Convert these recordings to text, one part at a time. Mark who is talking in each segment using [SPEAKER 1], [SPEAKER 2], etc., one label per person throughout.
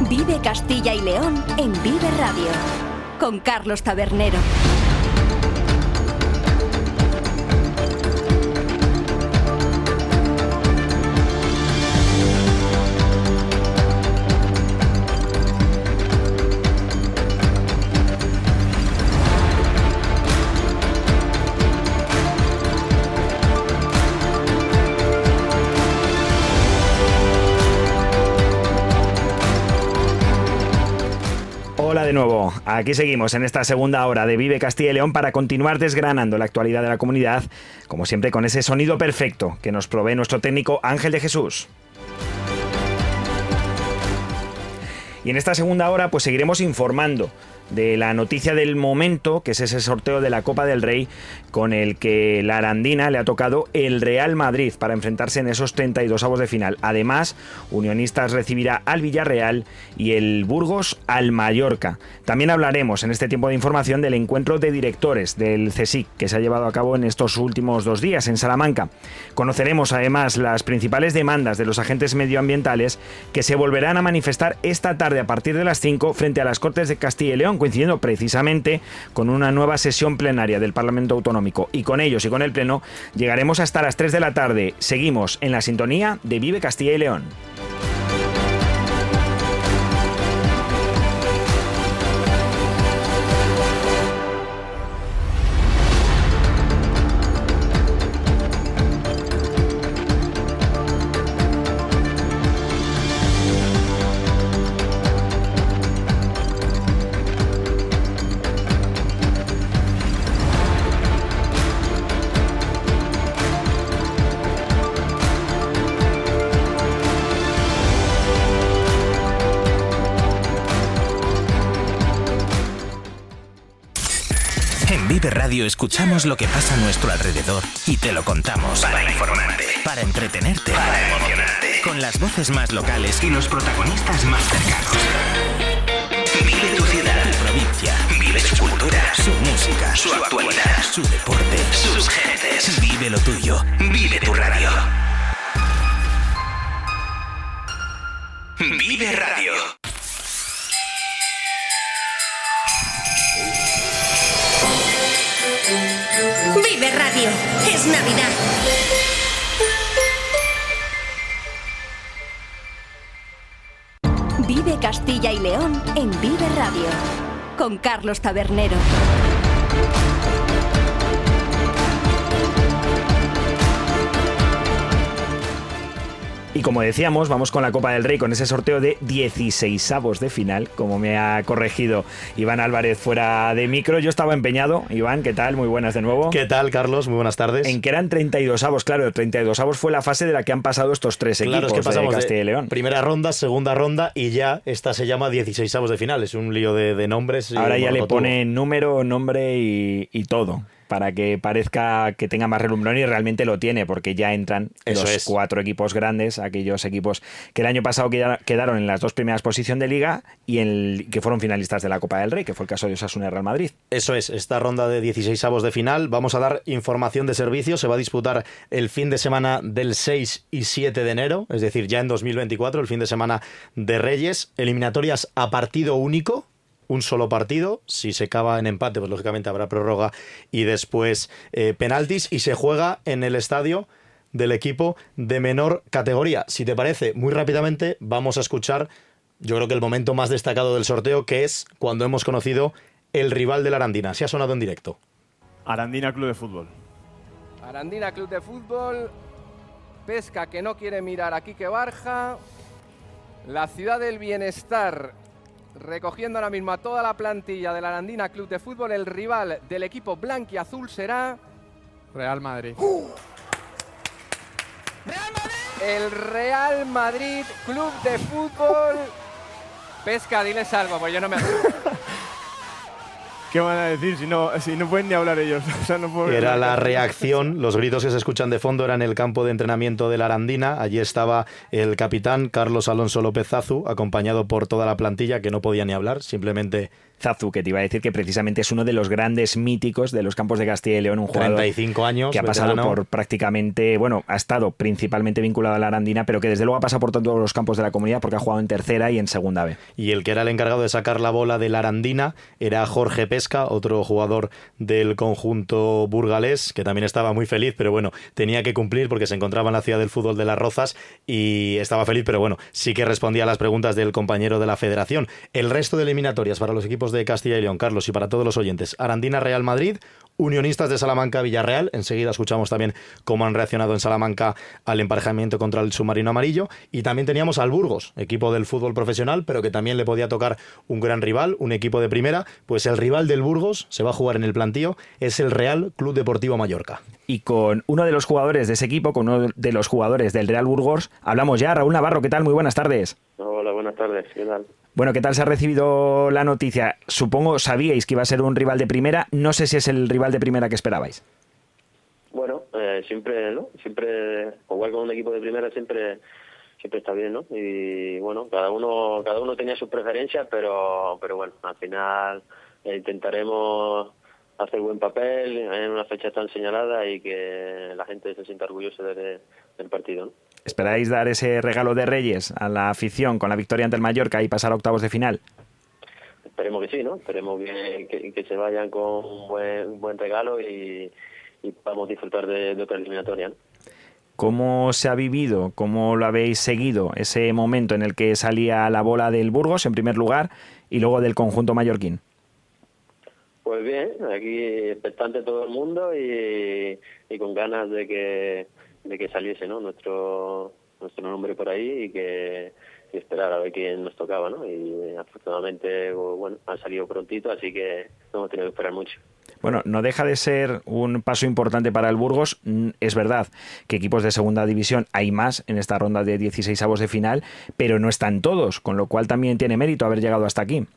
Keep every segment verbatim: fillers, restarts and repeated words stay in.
[SPEAKER 1] Vive Castilla y León en Vive Radio, con Carlos Tabernero.
[SPEAKER 2] Hola de nuevo, aquí seguimos en esta segunda hora de Vive Castilla y León para continuar desgranando la actualidad de la comunidad, como siempre con ese sonido perfecto que nos provee nuestro técnico Ángel de Jesús. Y en esta segunda hora pues seguiremos informando de la noticia del momento, que es ese sorteo de la Copa del Rey con el que la Arandina le ha tocado el Real Madrid para enfrentarse en esos treinta y dos avos de final. Además, Unionistas recibirá al Villarreal y el Burgos al Mallorca. También hablaremos en este tiempo de información del encuentro de directores del C S I C que se ha llevado a cabo en estos últimos dos días en Salamanca. Conoceremos además las principales demandas de los agentes medioambientales que se volverán a manifestar esta tarde a partir de las cinco frente a las Cortes de Castilla y León, coincidiendo precisamente con una nueva sesión plenaria del Parlamento Autonómico. Y con ellos y con el Pleno llegaremos hasta las tres de la tarde. Seguimos en la sintonía de Vive Castilla y León.
[SPEAKER 3] Vive Radio escuchamos lo que pasa a nuestro alrededor y te lo contamos. Para informarte, para entretenerte, para emocionarte. Con las voces más locales y los protagonistas más cercanos. Vive tu ciudad, tu provincia. Vive su cultura, su música, su actualidad, su deporte, sus gentes. Vive lo tuyo. Vive tu radio. Vive Radio.
[SPEAKER 1] Vive Radio, es Navidad. Vive Castilla y León en Vive Radio, con Carlos Tabernero.
[SPEAKER 2] Y como decíamos, vamos con la Copa del Rey, con ese sorteo de dieciseisavos de final, como me ha corregido Iván Álvarez fuera de micro. Yo estaba empeñado. Iván, ¿qué tal? Muy buenas de nuevo.
[SPEAKER 4] ¿Qué tal, Carlos? Muy buenas tardes.
[SPEAKER 2] En que eran treinta y dos avos, claro, treinta y dos avos fue la fase de la que han pasado estos tres
[SPEAKER 4] claro,
[SPEAKER 2] equipos
[SPEAKER 4] es que pasamos
[SPEAKER 2] de Castilla y León.
[SPEAKER 4] Primera ronda, segunda ronda y ya esta se llama dieciseisavos de final. Es un lío de, de nombres.
[SPEAKER 2] Ahora ya le ponen número, nombre y, y todo, para que parezca que tenga más relumbrón, y realmente lo tiene, porque ya entran
[SPEAKER 4] Eso
[SPEAKER 2] los
[SPEAKER 4] es.
[SPEAKER 2] cuatro equipos grandes, aquellos equipos que el año pasado quedaron en las dos primeras posiciones de Liga y en, que fueron finalistas de la Copa del Rey, que fue el caso de Osasuna y Real Madrid.
[SPEAKER 4] Eso es, esta ronda de dieciseisavos de final. Vamos a dar información de servicio. Se va a disputar el fin de semana del seis y siete de enero, es decir, ya en dos mil veinticuatro, el fin de semana de Reyes. Eliminatorias a partido único. Un solo partido, si se acaba en empate, pues lógicamente habrá prórroga y después eh, penaltis, y se juega en el estadio del equipo de menor categoría. Si te parece, muy rápidamente vamos a escuchar, yo creo que el momento más destacado del sorteo, que es cuando hemos conocido el rival de la Arandina. Se ha sonado en directo.
[SPEAKER 5] Arandina Club de Fútbol.
[SPEAKER 6] Arandina Club de Fútbol, Pesca, que no quiere mirar a Quique Barja, la Ciudad del Bienestar, recogiendo ahora mismo a toda la plantilla de la Arandina Club de Fútbol. El rival del equipo blanquiazul será
[SPEAKER 7] Real Madrid.
[SPEAKER 6] ¡Uh! ¡Real Madrid! El Real Madrid Club de Fútbol. Pesca, diles algo, pues yo no me...
[SPEAKER 5] ¿Qué van a decir si no, si no pueden ni hablar ellos? O sea, no puedo...
[SPEAKER 4] Era la reacción, los gritos que se escuchan de fondo eran en el campo de entrenamiento de la Arandina. Allí estaba el capitán Carlos Alonso López Zazu, acompañado por toda la plantilla, que no podía ni hablar, simplemente...
[SPEAKER 2] Zazu, que te iba a decir que precisamente es uno de los grandes míticos de los campos de Castilla y León, un jugador
[SPEAKER 4] treinta y cinco años,
[SPEAKER 2] que ha pasado
[SPEAKER 4] veterano.
[SPEAKER 2] por prácticamente, bueno, ha estado principalmente vinculado a la Arandina, pero que desde luego ha pasado por todos los campos de la comunidad porque ha jugado en tercera y en segunda B.
[SPEAKER 4] Y el que era el encargado de sacar la bola de la Arandina era Jorge Pesca, otro jugador del conjunto burgalés, que también estaba muy feliz, pero bueno, tenía que cumplir porque se encontraba en la ciudad del fútbol de Las Rozas y estaba feliz, pero bueno, sí que respondía a las preguntas del compañero de la federación. El resto de eliminatorias para los equipos de Castilla y León, Carlos, y para todos los oyentes: Arandina Real Madrid, Unionistas de Salamanca Villarreal. Enseguida escuchamos también cómo han reaccionado en Salamanca al emparejamiento contra el submarino amarillo. Y también teníamos al Burgos, equipo del fútbol profesional, pero que también le podía tocar un gran rival, un equipo de primera. Pues el rival del Burgos se va a jugar en el plantío, es el Real Club Deportivo Mallorca.
[SPEAKER 2] Y con uno de los jugadores de ese equipo, con uno de los jugadores del Real Burgos, hablamos ya. Raúl Navarro, ¿qué tal? Muy buenas tardes.
[SPEAKER 7] Hola, buenas tardes. ¿Qué tal?
[SPEAKER 2] Bueno, ¿qué tal se ha recibido la noticia? Supongo, sabíais que iba a ser un rival de primera. No sé si es el rival de primera que esperabais.
[SPEAKER 7] Bueno, eh, siempre, ¿no? Siempre, jugar con un equipo de primera siempre siempre está bien, ¿no? Y bueno, cada uno cada uno tenía sus preferencias, pero pero bueno, al final eh, intentaremos hacer buen papel en una fecha tan señalada y que la gente se sienta orgullosa de, del partido, ¿no?
[SPEAKER 2] ¿Esperáis dar ese regalo de Reyes a la afición con la victoria ante el Mallorca y pasar a octavos de final?
[SPEAKER 7] Esperemos que sí, ¿no? Esperemos que, que, que se vayan con un buen, un buen regalo y, y podamos disfrutar de, de otra eliminatoria, ¿no?
[SPEAKER 2] ¿Cómo se ha vivido, cómo lo habéis seguido ese momento en el que salía la bola del Burgos en primer lugar y luego del conjunto mallorquín?
[SPEAKER 7] Pues bien, aquí expectante todo el mundo y, y con ganas de que de que saliese, ¿no? nuestro nuestro nombre por ahí y que y esperar a ver quién nos tocaba, ¿no? Y afortunadamente, bueno, han salido prontito, así que no hemos tenido que esperar mucho.
[SPEAKER 2] Bueno, no deja de ser un paso importante para el Burgos. Es verdad que equipos de segunda división hay más en esta ronda de dieciseisavos de final, pero no están todos, con lo cual también tiene mérito haber llegado hasta aquí.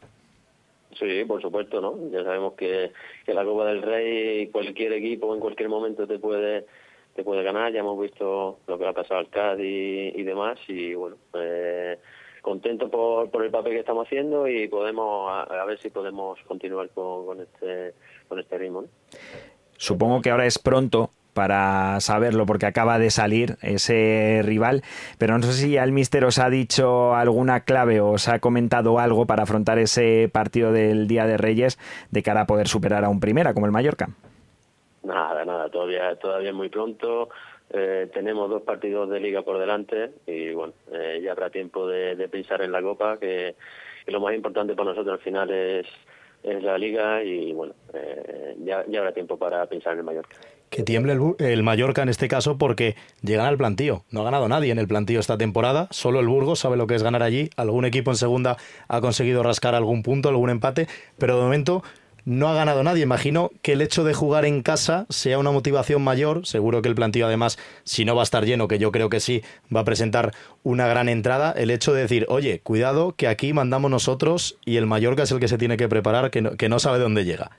[SPEAKER 7] Sí, por supuesto, ¿no? Ya sabemos que, que la Copa del Rey, cualquier equipo en cualquier momento te puede te puede ganar. Ya hemos visto lo que ha pasado al Cádiz y, y demás, y bueno, eh, contento por, por el papel que estamos haciendo y podemos a, a ver si podemos continuar con, con este con este ritmo, ¿no?
[SPEAKER 2] Supongo que ahora es pronto para saberlo porque acaba de salir ese rival, pero no sé si ya el míster os ha dicho alguna clave o os ha comentado algo para afrontar ese partido del Día de Reyes de cara a poder superar a un primera como el Mallorca.
[SPEAKER 7] Nada, nada, todavía todavía es muy pronto. Eh, tenemos dos partidos de liga por delante y bueno, eh, ya habrá tiempo de, de pensar en la Copa, que, que lo más importante para nosotros al final es, es la liga y bueno, eh, ya, ya habrá tiempo para pensar en el Mallorca.
[SPEAKER 4] Que tiemble el, el Mallorca en este caso porque llegan al plantío. No ha ganado nadie en el plantío esta temporada, solo el Burgos sabe lo que es ganar allí. Algún equipo en segunda ha conseguido rascar algún punto, algún empate, pero de momento no ha ganado nadie. Imagino que el hecho de jugar en casa sea una motivación mayor. Seguro que el plantío, además, si no va a estar lleno, que yo creo que sí, va a presentar una gran entrada. El hecho de decir, oye, cuidado, que aquí mandamos nosotros y el Mallorca es el que se tiene que preparar, que no, que no sabe dónde llega.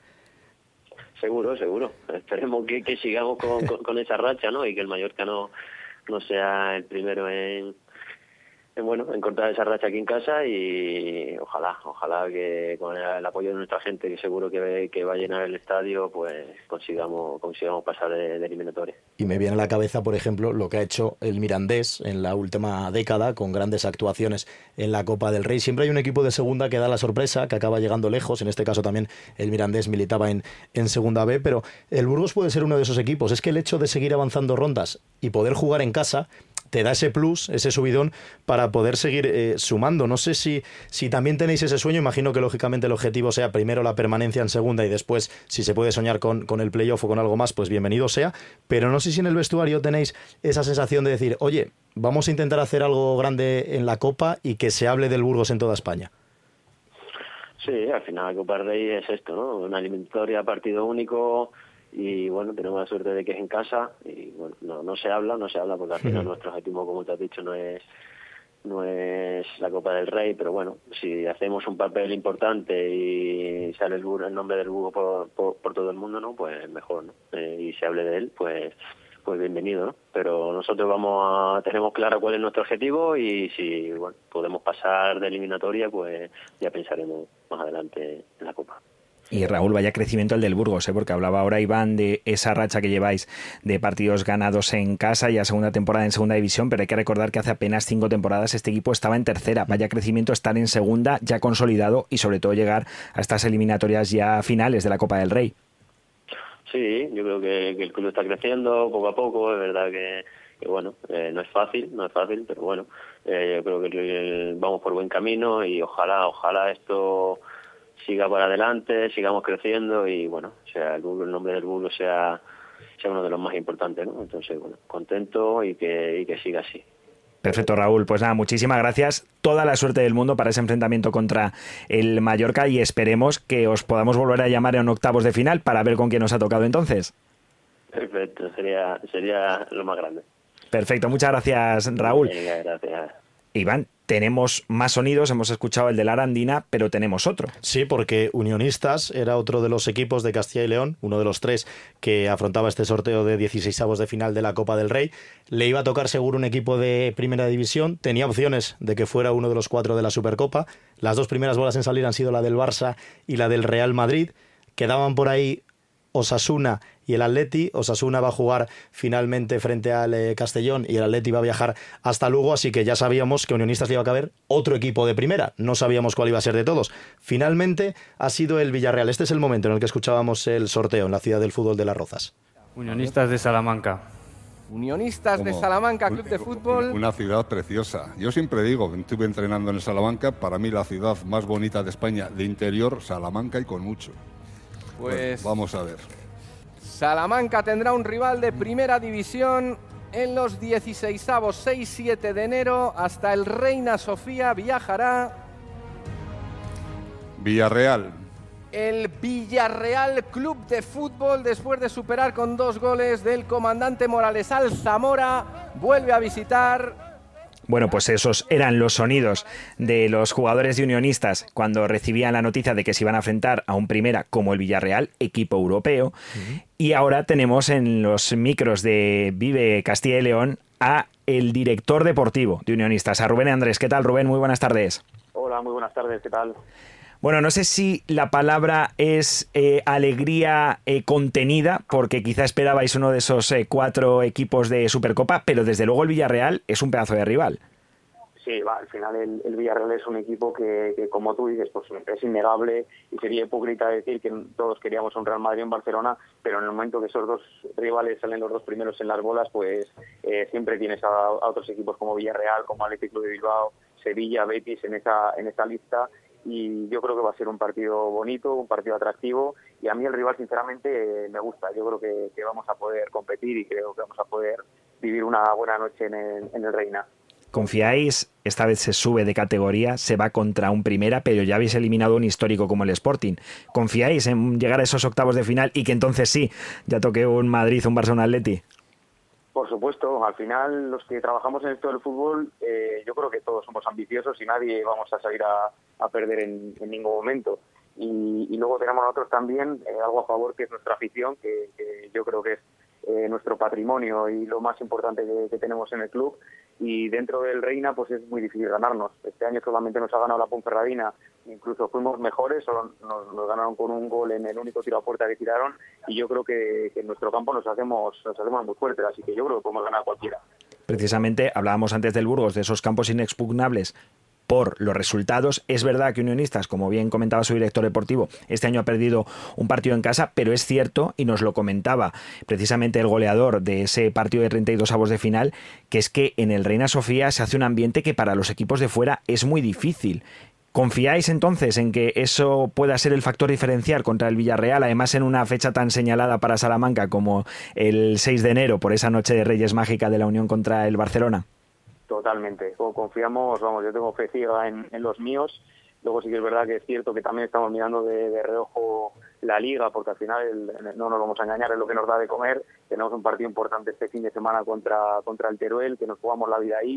[SPEAKER 7] Seguro, seguro. Esperemos que, que sigamos con, con, con esa racha, ¿no? Y que el Mallorca no, no sea el primero en... En, bueno, en cortar esa racha aquí en casa y ojalá, ojalá que con el apoyo de nuestra gente, que seguro que, que va a llenar el estadio, pues consigamos consigamos pasar de, de eliminatoria.
[SPEAKER 4] Y me viene a la cabeza, por ejemplo, lo que ha hecho el Mirandés en la última década con grandes actuaciones en la Copa del Rey. Siempre hay un equipo de segunda que da la sorpresa, que acaba llegando lejos. En este caso también el Mirandés militaba en, en segunda B, pero el Burgos puede ser uno de esos equipos. Es que el hecho de seguir avanzando rondas y poder jugar en casa te da ese plus, ese subidón para poder seguir eh, sumando. No sé si, si también tenéis ese sueño. Imagino que lógicamente el objetivo sea primero la permanencia en segunda y después, si se puede soñar con, con el playoff o con algo más, pues bienvenido sea. Pero no sé si en el vestuario tenéis esa sensación de decir, oye, vamos a intentar hacer algo grande en la Copa y que se hable del Burgos en toda España.
[SPEAKER 7] Sí, al final la Copa del Rey es esto, ¿no? Una eliminatoria, partido único. Y bueno, tenemos la suerte de que es en casa y bueno, no, no se habla, no se habla porque al final nuestro objetivo, como te has dicho, no es no es la Copa del Rey, pero bueno, si hacemos un papel importante y sale el, el nombre del Bugo por, por, por todo el mundo, ¿no? Pues mejor, ¿no? Eh, y se hable de él, pues pues bienvenido, ¿no? Pero nosotros vamos a, tenemos claro cuál es nuestro objetivo y si bueno, podemos pasar de eliminatoria, pues ya pensaremos más adelante en la Copa.
[SPEAKER 2] Y Raúl, vaya crecimiento el del Burgos, ¿eh? Porque hablaba ahora Iván de esa racha que lleváis de partidos ganados en casa, ya segunda temporada en segunda división, pero hay que recordar que hace apenas cinco temporadas este equipo estaba en tercera. Vaya crecimiento estar en segunda, ya consolidado, y sobre todo llegar a estas eliminatorias ya finales de la Copa del Rey.
[SPEAKER 7] Sí, yo creo que, que el club está creciendo poco a poco, es verdad que, que bueno, eh, no es fácil, no es fácil, pero bueno, eh, yo creo que, que vamos por buen camino y ojalá, ojalá esto siga para adelante, sigamos creciendo y bueno, o sea, el, el nombre del Burgos sea, sea uno de los más importantes, ¿no? Entonces, bueno, contento y que, y que siga así.
[SPEAKER 2] Perfecto, Raúl. Pues nada, muchísimas gracias. Toda la suerte del mundo para ese enfrentamiento contra el Mallorca y esperemos que os podamos volver a llamar en octavos de final para ver con quién nos ha tocado entonces.
[SPEAKER 7] Perfecto, sería, sería lo más grande.
[SPEAKER 2] Perfecto, muchas gracias, Raúl.
[SPEAKER 7] Venga, gracias.
[SPEAKER 2] Iván, tenemos más sonidos, hemos escuchado el de la Arandina, pero tenemos otro.
[SPEAKER 4] Sí, porque Unionistas era otro de los equipos de Castilla y León, uno de los tres que afrontaba este sorteo de dieciseisavos de final de la Copa del Rey. Le iba a tocar seguro un equipo de primera división, tenía opciones de que fuera uno de los cuatro de la Supercopa. Las dos primeras bolas en salir han sido la del Barça y la del Real Madrid. Quedaban por ahí Osasuna y el Atleti. Osasuna va a jugar finalmente frente al eh, Castellón y el Atleti va a viajar hasta Lugo, así que ya sabíamos que a Unionistas le iba a caber otro equipo de primera, no sabíamos cuál iba a ser de todos. Finalmente ha sido el Villarreal. Este es el momento en el que escuchábamos el sorteo en la ciudad del fútbol de Las Rozas.
[SPEAKER 8] Unionistas de Salamanca.
[SPEAKER 6] Unionistas de Salamanca, club de fútbol.
[SPEAKER 9] Una ciudad preciosa. Yo siempre digo, estuve entrenando en Salamanca, para mí la ciudad más bonita de España, de interior, Salamanca y con mucho.
[SPEAKER 6] Pues
[SPEAKER 9] bueno, vamos a ver.
[SPEAKER 6] Salamanca tendrá un rival de primera división en los dieciseisavos, seis siete de enero. Hasta el Reina Sofía viajará
[SPEAKER 9] Villarreal.
[SPEAKER 6] el Villarreal Club de Fútbol, después de superar con dos goles del comandante Morales al Zamora. Vuelve a visitar.
[SPEAKER 2] Bueno, pues esos eran los sonidos de los jugadores de Unionistas cuando recibían la noticia de que se iban a enfrentar a un primera como el Villarreal, equipo europeo. Uh-huh. Y ahora tenemos en los micros de Vive Castilla y León a el director deportivo de Unionistas, a Rubén Andrés. ¿Qué tal, Rubén? Muy buenas tardes.
[SPEAKER 10] Hola, muy buenas tardes. ¿Qué tal?
[SPEAKER 2] Bueno, no sé si la palabra es eh, alegría eh, contenida, porque quizá esperabais uno de esos eh, cuatro equipos de Supercopa, pero desde luego el Villarreal es un pedazo de rival.
[SPEAKER 10] Sí, va, al final el, el Villarreal es un equipo que, que, como tú dices, pues es innegable y sería hipócrita decir que todos queríamos un Real Madrid en Barcelona, pero en el momento que esos dos rivales salen los dos primeros en las bolas, pues eh, siempre tienes a, a otros equipos como Villarreal, como Atlético de Bilbao, Sevilla, Betis en esa, en esa lista. Y yo creo que va a ser un partido bonito, un partido atractivo, y a mí el rival sinceramente me gusta. Yo creo que, que vamos a poder competir y creo que vamos a poder vivir una buena noche en el, en el Reina.
[SPEAKER 2] ¿Confiáis? Esta vez se sube de categoría, se va contra un primera, pero ya habéis eliminado un histórico como el Sporting. ¿Confiáis en llegar a esos octavos de final y que entonces sí, ya toque un Madrid, un Barça, un Atleti?
[SPEAKER 10] Por supuesto, al final los que trabajamos en esto del fútbol, eh, yo creo que todos somos ambiciosos y nadie vamos a salir a, a perder en, en ningún momento. Y, y luego tenemos nosotros también eh, algo a favor, que es nuestra afición, que, que yo creo que es eh, nuestro patrimonio y lo más importante que, que tenemos en el club. Y dentro del Reina pues es muy difícil ganarnos. Este año solamente nos ha ganado la Ponferradina, incluso fuimos mejores, solo nos, nos ganaron con un gol en el único tiro a puerta que tiraron, y yo creo que, que en nuestro campo nos hacemos nos hacemos muy fuertes, así que yo creo que podemos ganar a cualquiera.
[SPEAKER 2] Precisamente hablábamos antes del Burgos, de esos campos inexpugnables por los resultados. Es verdad que Unionistas, como bien comentaba su director deportivo, este año ha perdido un partido en casa, pero es cierto, y nos lo comentaba precisamente el goleador de ese partido de treinta y dos avos de final, que es que en el Reina Sofía se hace un ambiente que para los equipos de fuera es muy difícil. ¿Confiáis entonces en que eso pueda ser el factor diferencial contra el Villarreal, además en una fecha tan señalada para Salamanca como el seis de enero, por esa noche de Reyes mágica de la Unión contra el Barcelona?
[SPEAKER 10] Totalmente, confiamos, vamos, yo tengo fe ciega en, en los míos. Luego sí que es verdad que es cierto que también estamos mirando de, de reojo la Liga, porque al final el, no nos vamos a engañar, es lo que nos da de comer. Tenemos un partido importante este fin de semana contra, contra el Teruel, que nos jugamos la vida ahí.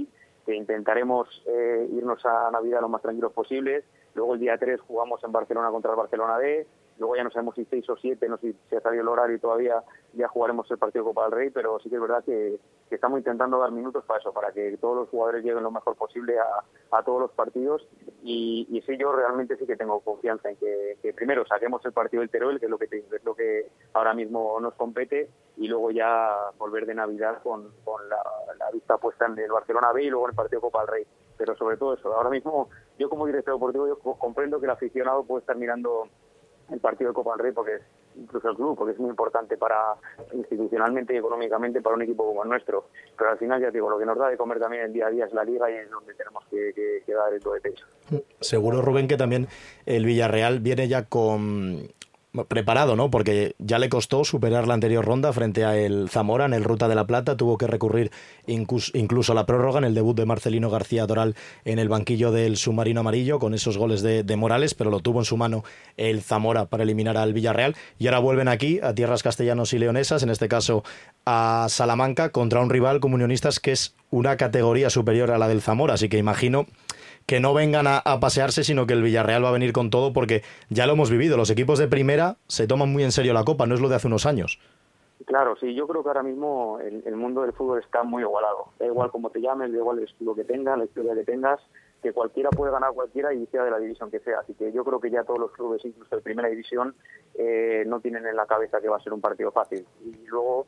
[SPEAKER 10] que intentaremos eh, irnos a Navidad lo más tranquilos posibles. Luego el día tres jugamos en Barcelona contra el Barcelona B. Luego ya no sabemos si seis o siete, no sé si se ha salido el horario todavía, ya jugaremos el partido Copa del Rey, pero sí que es verdad que, que estamos intentando dar minutos para eso, para que todos los jugadores lleguen lo mejor posible a, a todos los partidos. Y, y sí, yo realmente sí que tengo confianza en que, que primero saquemos el partido del Teruel, que es lo que, es lo que ahora mismo nos compete, y luego ya volver de Navidad con, con la, la vista puesta en el Barcelona B y luego en el partido Copa del Rey. Pero sobre todo eso, ahora mismo yo como director deportivo yo comprendo que el aficionado puede estar mirando el partido de Copa del Rey, porque es incluso el club, porque es muy importante para institucionalmente y económicamente para un equipo como el nuestro, pero al final ya digo, lo que nos da de comer también el día a día es la Liga y es donde tenemos que, que, que dar el do de pecho.
[SPEAKER 4] Seguro, Rubén, que también el Villarreal viene ya con preparado, ¿no? Porque ya le costó superar la anterior ronda frente a el Zamora en el Ruta de la Plata, tuvo que recurrir incluso, incluso a la prórroga en el debut de Marcelino García Toral en el banquillo del submarino amarillo con esos goles de, de Morales, pero lo tuvo en su mano el Zamora para eliminar al Villarreal, y ahora vuelven aquí a tierras castellanos y leonesas, en este caso a Salamanca, contra un rival como Unionistas que es una categoría superior a la del Zamora, así que imagino que no vengan a, a pasearse, sino que el Villarreal va a venir con todo, porque ya lo hemos vivido, los equipos de primera se toman muy en serio la Copa, no es lo de hace unos años.
[SPEAKER 10] Claro, sí, yo creo que ahora mismo el, el mundo del fútbol está muy igualado, da igual cómo te llames, da igual el estilo que tengas, la historia que tengas, que cualquiera puede ganar cualquiera y sea de la división que sea, así que yo creo que ya todos los clubes, incluso de primera división, eh, no tienen en la cabeza que va a ser un partido fácil, y luego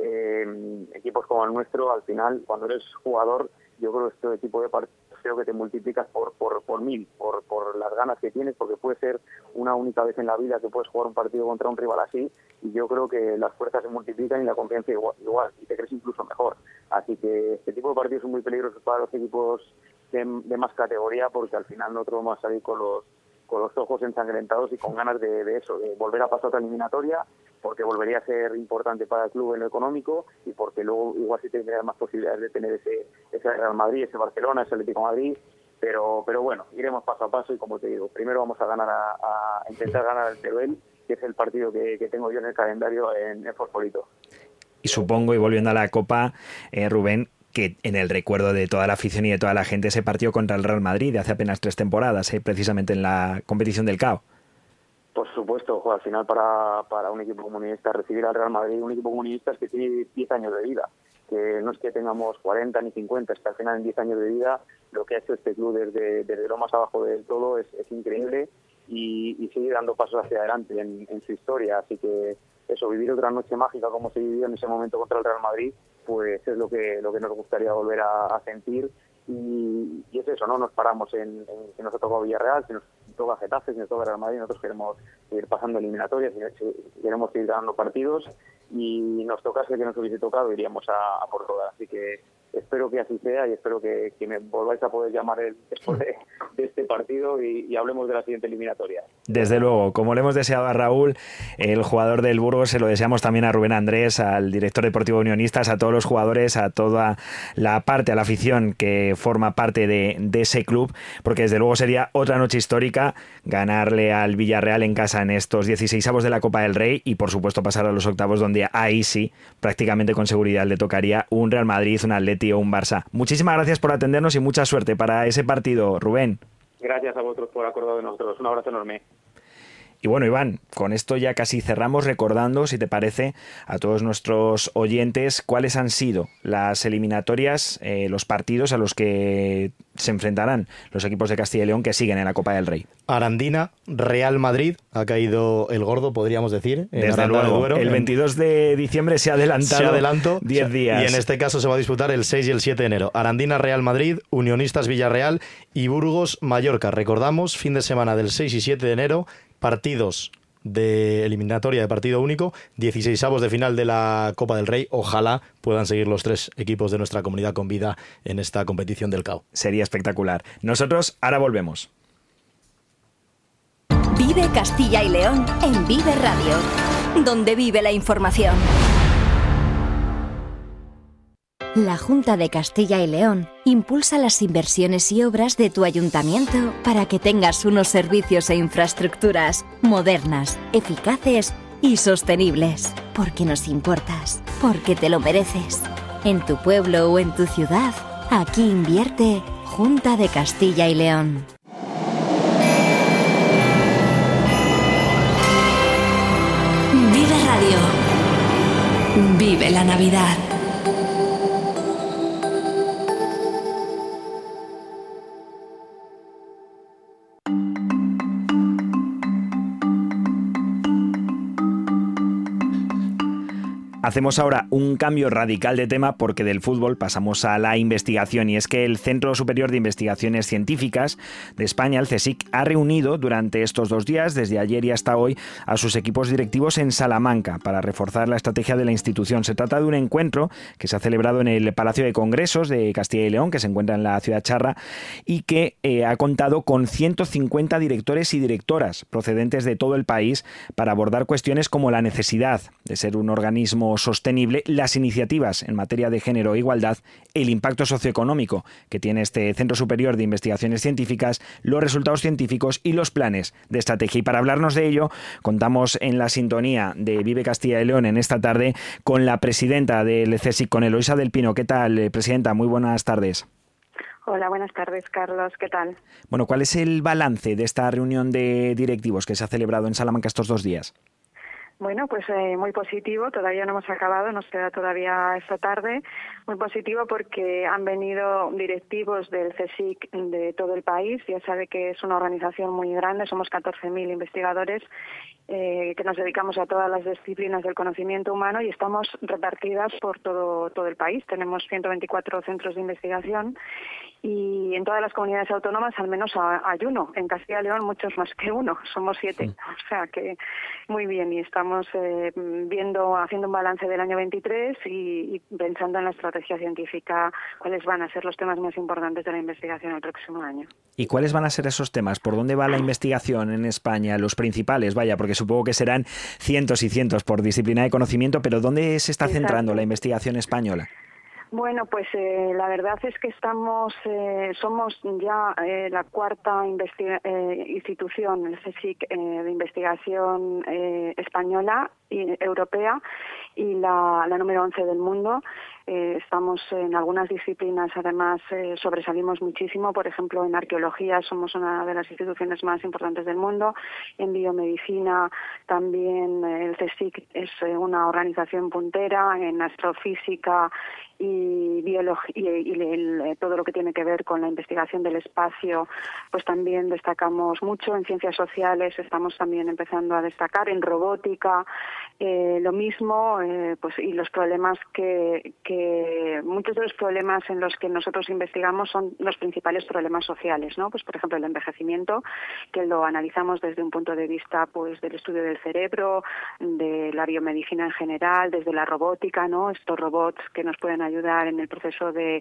[SPEAKER 10] eh, equipos como el nuestro, al final, cuando eres jugador, yo creo que este tipo de partidos creo que te multiplicas por por por mil, por por las ganas que tienes, porque puede ser una única vez en la vida que puedes jugar un partido contra un rival así, y yo creo que las fuerzas se multiplican y la confianza igual, igual y te crees incluso mejor. Así que este tipo de partidos son muy peligrosos para los equipos de, de más categoría, porque al final nosotros vamos a salir con los con los ojos ensangrentados y con ganas de, de eso, de volver a pasar otra eliminatoria, porque volvería a ser importante para el club en lo económico y porque luego igual sí tendría más posibilidades de tener ese, ese Real Madrid, ese Barcelona, ese Atlético de Madrid, pero pero bueno, iremos paso a paso y como te digo, primero vamos a ganar a, a intentar ganar el Teruel, que es el partido que, que tengo yo en el calendario en, en Fosforito.
[SPEAKER 2] Y supongo, y volviendo a la Copa, eh, Rubén, que en el recuerdo de toda la afición y de toda la gente ese partido contra el Real Madrid de hace apenas tres temporadas, eh, precisamente en la competición del C A O.
[SPEAKER 10] Por supuesto, ojo, al final para, para un equipo comunista recibir al Real Madrid, un equipo comunista es que tiene diez años de vida, que no es que tengamos cuarenta ni cincuenta, es que al final en diez años de vida lo que ha hecho este club desde, desde lo más abajo del todo es, es increíble y, y sigue dando pasos hacia adelante en, en su historia, así que eso, vivir otra noche mágica como se vivió en ese momento contra el Real Madrid, pues es lo que lo que nos gustaría volver a, a sentir y, y es eso, no nos paramos en, en si nos ha tocado Villarreal, si nos toca Getafe, si nos toca Real Madrid, nosotros queremos seguir pasando eliminatorias, si queremos seguir ganando partidos y nos tocase que nos hubiese tocado iríamos a, a por todas, así que espero que así sea y espero que, que me volváis a poder llamar el, después de, de este partido y, y hablemos de la siguiente eliminatoria.
[SPEAKER 2] Desde luego, como le hemos deseado a Raúl, el jugador del Burgos, se lo deseamos también a Rubén Andrés, al director deportivo de Unionistas, a todos los jugadores, a toda la parte, a la afición que forma parte de, de ese club, porque desde luego sería otra noche histórica ganarle al Villarreal en casa en estos dieciseisavos de la Copa del Rey y por supuesto pasar a los octavos, donde ahí sí, prácticamente con seguridad le tocaría un Real Madrid, un Atleti o un Barça. Muchísimas gracias por atendernos y mucha suerte para ese partido, Rubén.
[SPEAKER 10] Gracias a vosotros por acordar de nosotros. Un abrazo enorme.
[SPEAKER 2] Y bueno, Iván, con esto ya casi cerramos recordando, si te parece, a todos nuestros oyentes cuáles han sido las eliminatorias, eh, los partidos a los que se enfrentarán los equipos de Castilla y León que siguen en la Copa del Rey.
[SPEAKER 4] Arandina, Real Madrid, ha caído el gordo, podríamos decir.
[SPEAKER 2] Desde luego, de Duero, el veintidós de diciembre se ha adelantado
[SPEAKER 4] se adelantó
[SPEAKER 2] diez días.
[SPEAKER 4] Y en este caso se va a disputar el seis y el siete de enero. Arandina, Real Madrid, Unionistas Villarreal y Burgos Mallorca. Recordamos, fin de semana del seis y siete de enero, partidos de eliminatoria de partido único, dieciseisavos de final de la Copa del Rey. Ojalá puedan seguir los tres equipos de nuestra comunidad con vida en esta competición del C A O.
[SPEAKER 2] Sería espectacular. Nosotros ahora volvemos.
[SPEAKER 1] Vive Castilla y León en Vive Radio, donde vive la información.
[SPEAKER 11] La Junta de Castilla y León impulsa las inversiones y obras de tu ayuntamiento para que tengas unos servicios e infraestructuras modernas, eficaces y sostenibles. Porque nos importas, porque te lo mereces. En tu pueblo o en tu ciudad, Aquí invierte Junta de Castilla y León.
[SPEAKER 1] Vive Radio. Vive la Navidad.
[SPEAKER 2] Hacemos ahora un cambio radical de tema porque del fútbol pasamos a la investigación, y es que el Centro Superior de Investigaciones Científicas de España, el CSIC, ha reunido durante estos dos días, desde ayer y hasta hoy, a sus equipos directivos en Salamanca para reforzar la estrategia de la institución. Se trata de un encuentro que se ha celebrado en el Palacio de Congresos de Castilla y León, que se encuentra en la ciudad charra, y que eh, ha contado con ciento cincuenta directores y directoras procedentes de todo el país para abordar cuestiones como la necesidad de ser un organismo sostenible, las iniciativas en materia de género e igualdad, el impacto socioeconómico que tiene este Centro Superior de Investigaciones Científicas, los resultados científicos y los planes de estrategia. Y para hablarnos de ello, contamos en la sintonía de Vive Castilla y León en esta tarde con la presidenta del CSIC, con Eloisa del Pino. ¿Qué tal, presidenta? Muy buenas tardes.
[SPEAKER 12] Hola, buenas tardes, Carlos. ¿Qué tal?
[SPEAKER 2] Bueno, ¿cuál es el balance de esta reunión de directivos que se ha celebrado en Salamanca estos dos días?
[SPEAKER 12] Bueno, pues eh, muy positivo, todavía no hemos acabado, nos queda todavía esta tarde. Muy positivo porque han venido directivos del CSIC de todo el país. Ya sabe que es una organización muy grande, somos catorce mil investigadores eh, que nos dedicamos a todas las disciplinas del conocimiento humano y estamos repartidas por todo, todo el país. Tenemos ciento veinticuatro centros de investigación y en todas las comunidades autónomas al menos hay uno. En Castilla y León muchos más que uno, somos siete. Sí. O sea que muy bien, y estamos eh, viendo, haciendo un balance del año veintitrés y, y pensando en la estrategia científica, cuáles van a ser los temas más importantes de la investigación el próximo año.
[SPEAKER 2] ¿Y cuáles van a ser esos temas? ¿Por dónde va la investigación en España? Los principales, vaya, porque supongo que serán cientos y cientos por disciplina de conocimiento, pero ¿dónde se está Exacto. centrando la investigación española?
[SPEAKER 12] Bueno, pues eh, la verdad es que estamos, eh, somos ya eh, la cuarta investiga- eh, institución, el CSIC, eh, de investigación eh, española y europea y la, la número once del mundo. Eh, estamos en algunas disciplinas, además eh, sobresalimos muchísimo. Por ejemplo, en arqueología somos una de las instituciones más importantes del mundo. En biomedicina también eh, el CSIC es eh, una organización puntera. En astrofísica y biología y, y el, todo lo que tiene que ver con la investigación del espacio, pues también destacamos mucho. En ciencias sociales estamos también empezando a destacar. En robótica eh, lo mismo, eh, pues y los problemas que, que muchos de los problemas en los que nosotros investigamos son los principales problemas sociales, ¿no? Pues por ejemplo el envejecimiento, que lo analizamos desde un punto de vista pues del estudio del cerebro, de la biomedicina en general, desde la robótica, ¿no? Estos robots que nos pueden ayudar en el proceso de,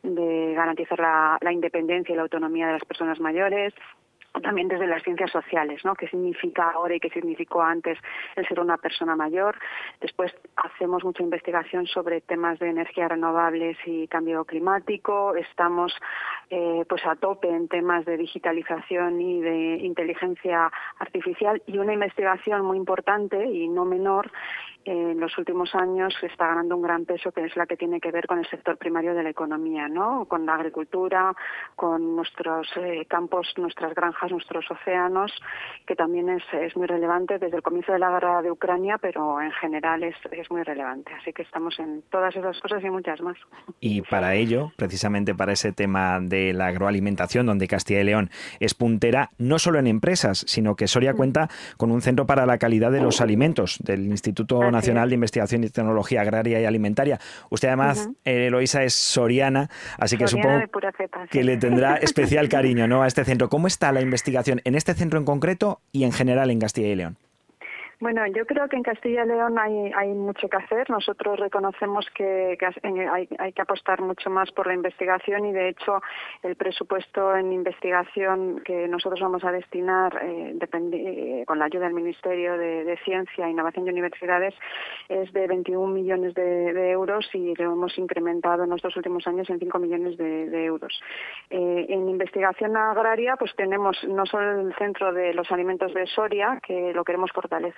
[SPEAKER 12] de garantizar la, la independencia y la autonomía de las personas mayores. También desde las ciencias sociales, ¿no? ¿Qué significa ahora y qué significó antes el ser una persona mayor? Después hacemos mucha investigación sobre temas de energías renovables y cambio climático. Estamos eh, pues a tope en temas de digitalización y de inteligencia artificial, y una investigación muy importante y no menor en los últimos años está ganando un gran peso, que es la que tiene que ver con el sector primario de la economía, ¿no? Con la agricultura, con nuestros eh, campos, nuestras granjas, nuestros océanos, que también es, es muy relevante desde el comienzo de la guerra de Ucrania, pero en general es, es muy relevante. Así que estamos en todas esas cosas y muchas más.
[SPEAKER 2] Y para ello, precisamente para ese tema de la agroalimentación, donde Castilla y León es puntera, no solo en empresas, sino que Soria cuenta con un centro para la calidad de los alimentos del Instituto Nacional de Investigación y Tecnología Agraria y Alimentaria. Usted además, uh-huh. eh, Eloisa, es soriana, así que
[SPEAKER 12] soriana
[SPEAKER 2] supongo
[SPEAKER 12] pura cepa, sí.
[SPEAKER 2] que le tendrá especial cariño, ¿no?, a este centro. ¿Cómo está la investigación en este centro en concreto y en general en Castilla y León?
[SPEAKER 12] Bueno, yo creo que en Castilla y León hay, hay mucho que hacer. Nosotros reconocemos que, que hay, hay que apostar mucho más por la investigación, y de hecho el presupuesto en investigación que nosotros vamos a destinar eh, depende, eh, con la ayuda del Ministerio de, de Ciencia, Innovación y Universidades es de veintiún millones de, de euros, y lo hemos incrementado en los dos últimos años en cinco millones de, de euros. Eh, en investigación agraria pues tenemos no solo el Centro de los Alimentos de Soria, que lo queremos fortalecer,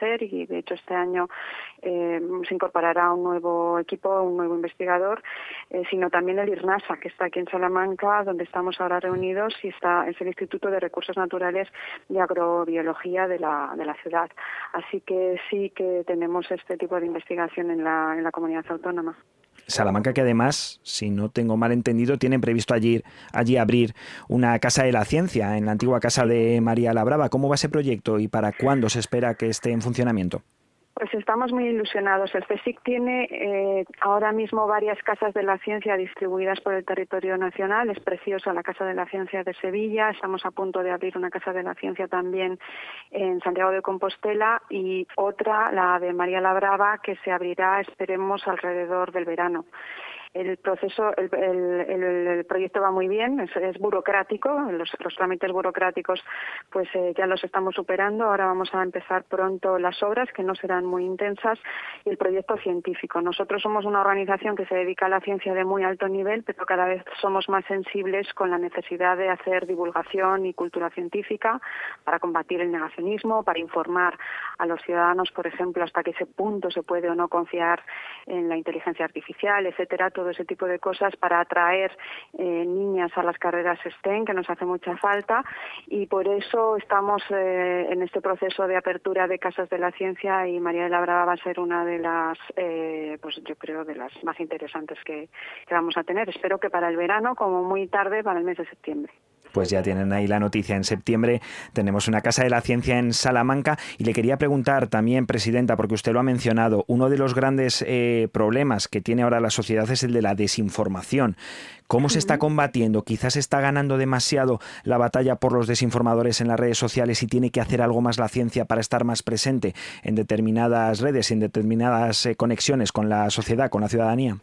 [SPEAKER 12] hacer y de hecho este año eh, se incorporará un nuevo equipo, un nuevo investigador, eh, sino también el IRNASA, que está aquí en Salamanca, donde estamos ahora reunidos, y está es el Instituto de Recursos Naturales y Agrobiología de la, de la ciudad. Así que sí que tenemos este tipo de investigación en la, en la comunidad autónoma.
[SPEAKER 2] Salamanca, que además, si no tengo mal entendido, tienen previsto allí, allí abrir una Casa de la Ciencia en la antigua casa de María la Brava. ¿Cómo va ese proyecto y para cuándo se espera que esté en funcionamiento?
[SPEAKER 12] Pues estamos muy ilusionados. El CSIC tiene eh, ahora mismo varias casas de la ciencia distribuidas por el territorio nacional. Es preciosa la Casa de la Ciencia de Sevilla. Estamos a punto de abrir una Casa de la Ciencia también en Santiago de Compostela y otra, la de María la Brava, que se abrirá, esperemos, alrededor del verano. El proceso, el, el, el, el proyecto va muy bien, es, es burocrático, los, los trámites burocráticos pues eh, ya los estamos superando, ahora vamos a empezar pronto las obras, que no serán muy intensas, y el proyecto científico. Nosotros somos una organización que se dedica a la ciencia de muy alto nivel, pero cada vez somos más sensibles con la necesidad de hacer divulgación y cultura científica para combatir el negacionismo, para informar a los ciudadanos, por ejemplo, hasta qué ese punto se puede o no confiar en la inteligencia artificial, etcétera, todo ese tipo de cosas para atraer eh, niñas a las carreras STEM, que nos hace mucha falta, y por eso estamos eh, en este proceso de apertura de casas de la ciencia, y María de la Brava va a ser una de las, eh, pues yo creo, de las más interesantes que, que vamos a tener. Espero que para el verano, como muy tarde, para el mes de septiembre.
[SPEAKER 2] Pues ya tienen ahí la noticia. En septiembre tenemos una Casa de la Ciencia en Salamanca. Y le quería preguntar también, Presidenta, porque usted lo ha mencionado, uno de los grandes eh, problemas que tiene ahora la sociedad es el de la desinformación. ¿Cómo se está combatiendo? Quizás está ganando demasiado la batalla por los desinformadores en las redes sociales y tiene que hacer algo más la ciencia para estar más presente en determinadas redes, en determinadas eh, conexiones con la sociedad, con la ciudadanía.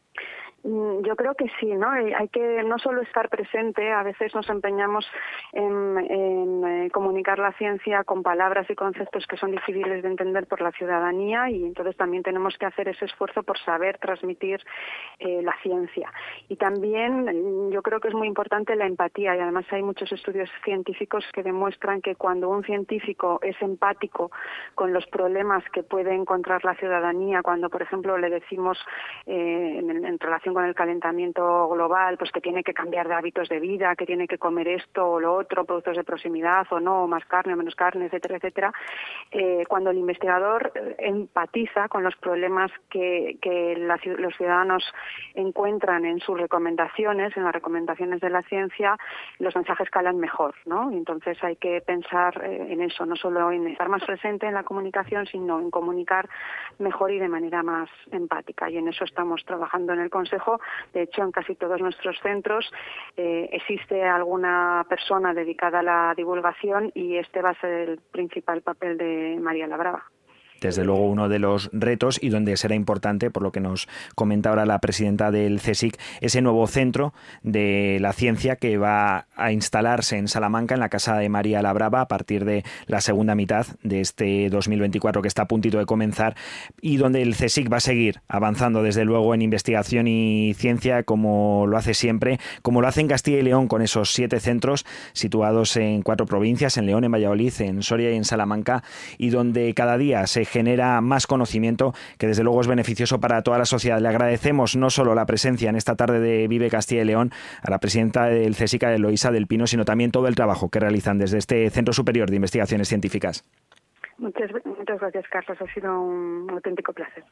[SPEAKER 12] Yo creo que sí, ¿no? Hay que no solo estar presente, a veces nos empeñamos en, en eh, comunicar la ciencia con palabras y conceptos que son difíciles de entender por la ciudadanía, y entonces también tenemos que hacer ese esfuerzo por saber transmitir eh, la ciencia. Y también yo creo que es muy importante la empatía, y además hay muchos estudios científicos que demuestran que cuando un científico es empático con los problemas que puede encontrar la ciudadanía, cuando por ejemplo le decimos eh, en, en relación con el calentamiento global, pues que tiene que cambiar de hábitos de vida, que tiene que comer esto o lo otro, productos de proximidad o no, más carne o menos carne, etcétera, etcétera. Eh, cuando el investigador empatiza con los problemas que, que la, los ciudadanos encuentran en sus recomendaciones, en las recomendaciones de la ciencia, los mensajes calan mejor, ¿no? Y entonces hay que pensar eh, en eso, no solo en estar más presente en la comunicación, sino en comunicar mejor y de manera más empática. Y en eso estamos trabajando en el Consejo. De hecho, en casi todos nuestros centros eh, existe alguna persona dedicada a la divulgación, y este va a ser el principal papel de María la Brava.
[SPEAKER 2] Desde luego uno de los retos, y donde será importante, por lo que nos comenta ahora la presidenta del CSIC, ese nuevo centro de la ciencia que va a instalarse en Salamanca, en la Casa de María la Brava, a partir de la segunda mitad de este dos mil veinticuatro, que está a puntito de comenzar, y donde el CSIC va a seguir avanzando desde luego en investigación y ciencia, como lo hace siempre, como lo hace en Castilla y León, con esos siete centros situados en cuatro provincias, en León, en Valladolid, en Soria y en Salamanca, y donde cada día se genera más conocimiento que desde luego es beneficioso para toda la sociedad. Le agradecemos no solo la presencia en esta tarde de Vive Castilla y León a la presidenta del CSIC, Eloísa del Pino, sino también todo el trabajo que realizan desde este Centro Superior de Investigaciones Científicas.
[SPEAKER 12] Muchas, muchas gracias, Carlos. Ha sido un auténtico placer.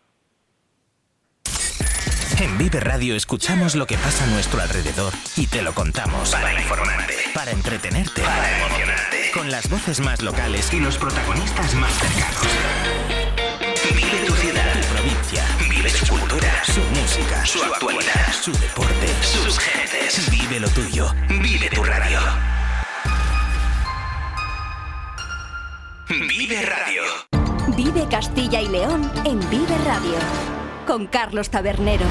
[SPEAKER 3] En Vive Radio escuchamos lo que pasa a nuestro alrededor y te lo contamos. Para informarte, para entretenerte, para emocionarte. Con las voces más locales y los protagonistas más cercanos. Vive tu ciudad, tu provincia. Vive su cultura, su música, su actualidad, su deporte, sus gentes. Vive lo tuyo. Vive tu radio. Vive Radio.
[SPEAKER 1] Vive Castilla y León en Vive Radio. Con Carlos Tabernero.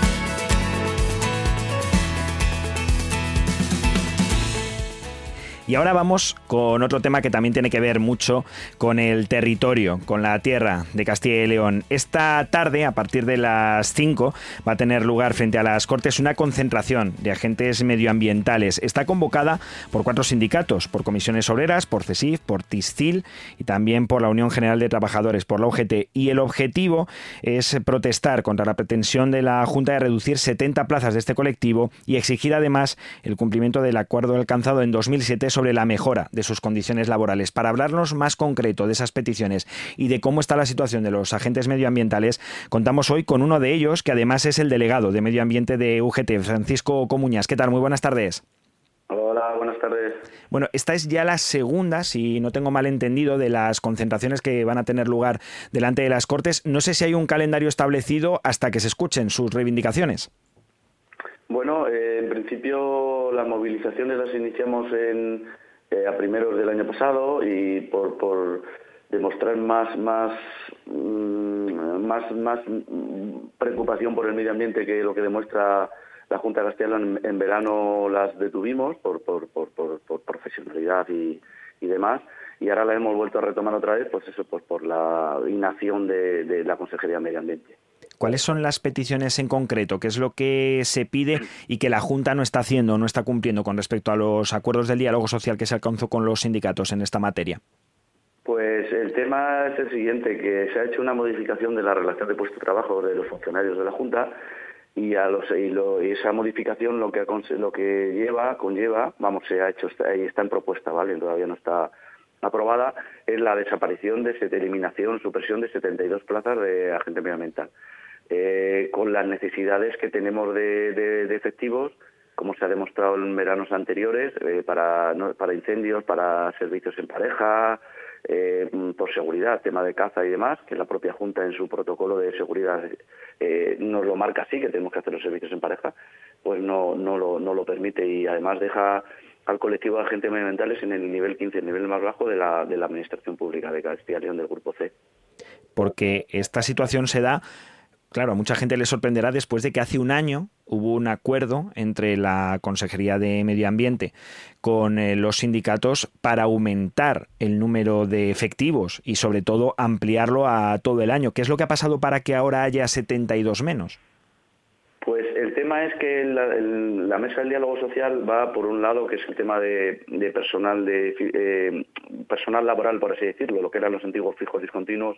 [SPEAKER 2] Y Y ahora vamos con otro tema que también tiene que ver mucho con el territorio, con la tierra de Castilla y León. Esta tarde, a partir de las cinco, va a tener lugar frente a las Cortes una concentración de agentes medioambientales. Está convocada por cuatro sindicatos, por Comisiones Obreras, por CESIF, por TISCIL y también por la Unión General de Trabajadores, por la U G T. Y el objetivo es protestar contra la pretensión de la Junta de reducir setenta plazas de este colectivo y exigir además el cumplimiento del acuerdo alcanzado en dos mil siete sobre la mejora de sus condiciones laborales. Para hablarnos más concreto de esas peticiones y de cómo está la situación de los agentes medioambientales, contamos hoy con uno de ellos, que además es el delegado de Medio Ambiente de U G T, Francisco Comuñas. ¿Qué tal? Muy buenas tardes.
[SPEAKER 13] Hola, buenas tardes.
[SPEAKER 2] Bueno, esta es ya la segunda, si no tengo mal entendido, de las concentraciones que van a tener lugar delante de las Cortes. No sé si hay un calendario establecido hasta que se escuchen sus reivindicaciones.
[SPEAKER 13] Bueno, eh, en principio las movilizaciones las iniciamos en, eh, a primeros del año pasado y por, por demostrar más, más, mmm, más, más preocupación por el medio ambiente que lo que demuestra la Junta de Castilla y León. En, en verano las detuvimos por, por, por, por, por profesionalidad y, y demás, y ahora las hemos vuelto a retomar otra vez, pues eso, pues por la inacción de, de la Consejería de Medio Ambiente.
[SPEAKER 2] ¿Cuáles son las peticiones en concreto? ¿Qué es lo que se pide y que la Junta no está haciendo, no está cumpliendo con respecto a los acuerdos del diálogo social que se alcanzó con los sindicatos en esta materia?
[SPEAKER 13] Pues el tema es el siguiente, que se ha hecho una modificación de la relación de puesto de trabajo de los funcionarios de la Junta y, a los, y, lo, y esa modificación lo que lo que lleva, conlleva, vamos, se ha hecho, está, está en propuesta, ¿vale? Todavía no está aprobada, es la desaparición, de eliminación, supresión de setenta y dos plazas de agente medioambiental. Eh, con las necesidades que tenemos de, de, de efectivos, como se ha demostrado en veranos anteriores, eh, para, no, para incendios, para servicios en pareja, eh, por seguridad, tema de caza y demás, que la propia Junta en su protocolo de seguridad eh, nos lo marca así, que tenemos que hacer los servicios en pareja, pues no, no, lo, no lo permite y además deja al colectivo de agentes medioambientales en el nivel quince, el nivel más bajo de la, de la Administración Pública de Castilla y León del Grupo C.
[SPEAKER 2] Porque esta situación se da... Claro, a mucha gente le sorprenderá después de que hace un año hubo un acuerdo entre la Consejería de Medio Ambiente con eh, los sindicatos para aumentar el número de efectivos y sobre todo ampliarlo a todo el año. ¿Qué es lo que ha pasado para que ahora haya setenta y dos menos?
[SPEAKER 13] Pues el tema es que la, el, la mesa del diálogo social va por un lado, que es el tema de, de personal de eh, personal laboral, por así decirlo, lo que eran los antiguos fijos discontinuos,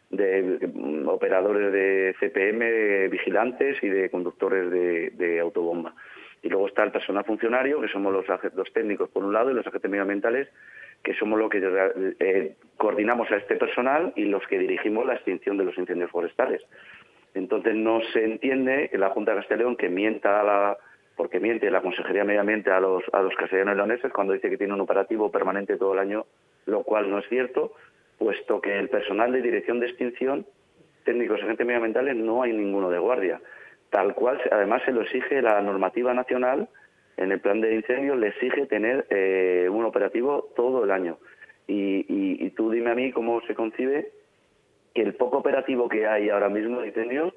[SPEAKER 13] de operadores de C P M, de vigilantes y de conductores de, de autobomba. Y luego está el personal funcionario, que somos los, los técnicos por un lado, y los agentes medioambientales, que somos los que eh, coordinamos a este personal y los que dirigimos la extinción de los incendios forestales. Entonces no se entiende que la Junta de Castilla y León, que mienta a la, porque miente la Consejería de Medio Ambiente a los, a los castellanos y leoneses cuando dice que tiene un operativo permanente todo el año, lo cual no es cierto, puesto que el personal de dirección de extinción, técnicos y agentes medioambientales, no hay ninguno de guardia. Tal cual, además se lo exige la normativa nacional, en el plan de incendios le exige tener eh, un operativo todo el año. Y, y, y tú dime a mí cómo se concibe que el poco operativo que hay ahora mismo de incendios,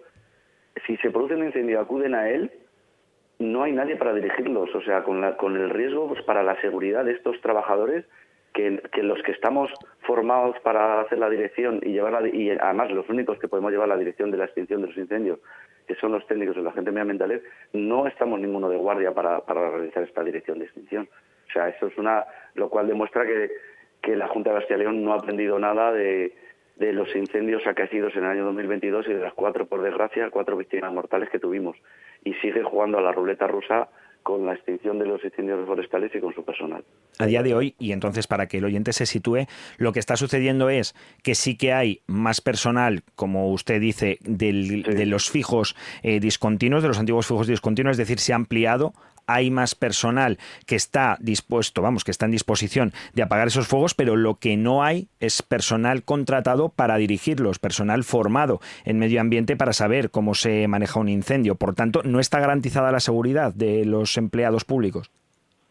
[SPEAKER 13] si se produce un incendio acuden a él, no hay nadie para dirigirlos. O sea, con, la, con el riesgo pues, para la seguridad de estos trabajadores, Que, que los que estamos formados para hacer la dirección y llevar la, y además los únicos que podemos llevar la dirección de la extinción de los incendios, que son los técnicos y los agentes medioambientales, no estamos ninguno de guardia para, para realizar esta dirección de extinción. O sea, eso es una, lo cual demuestra que, que la Junta de Castilla y León no ha aprendido nada de, de los incendios acaecidos en el año dos mil veintidós y de las cuatro, por desgracia, cuatro víctimas mortales que tuvimos. Y sigue jugando a la ruleta rusa con la extinción de los incendios forestales y con su personal.
[SPEAKER 2] A día de hoy, y entonces para que el oyente se sitúe, lo que está sucediendo es que sí que hay más personal, como usted dice, del, sí. de los fijos eh, discontinuos, de los antiguos fijos discontinuos, es decir, se ha ampliado, hay más personal que está dispuesto, vamos, que está en disposición de apagar esos fuegos, pero lo que no hay es personal contratado para dirigirlos, personal formado en medio ambiente para saber cómo se maneja un incendio. Por tanto, no está garantizada la seguridad de los empleados públicos.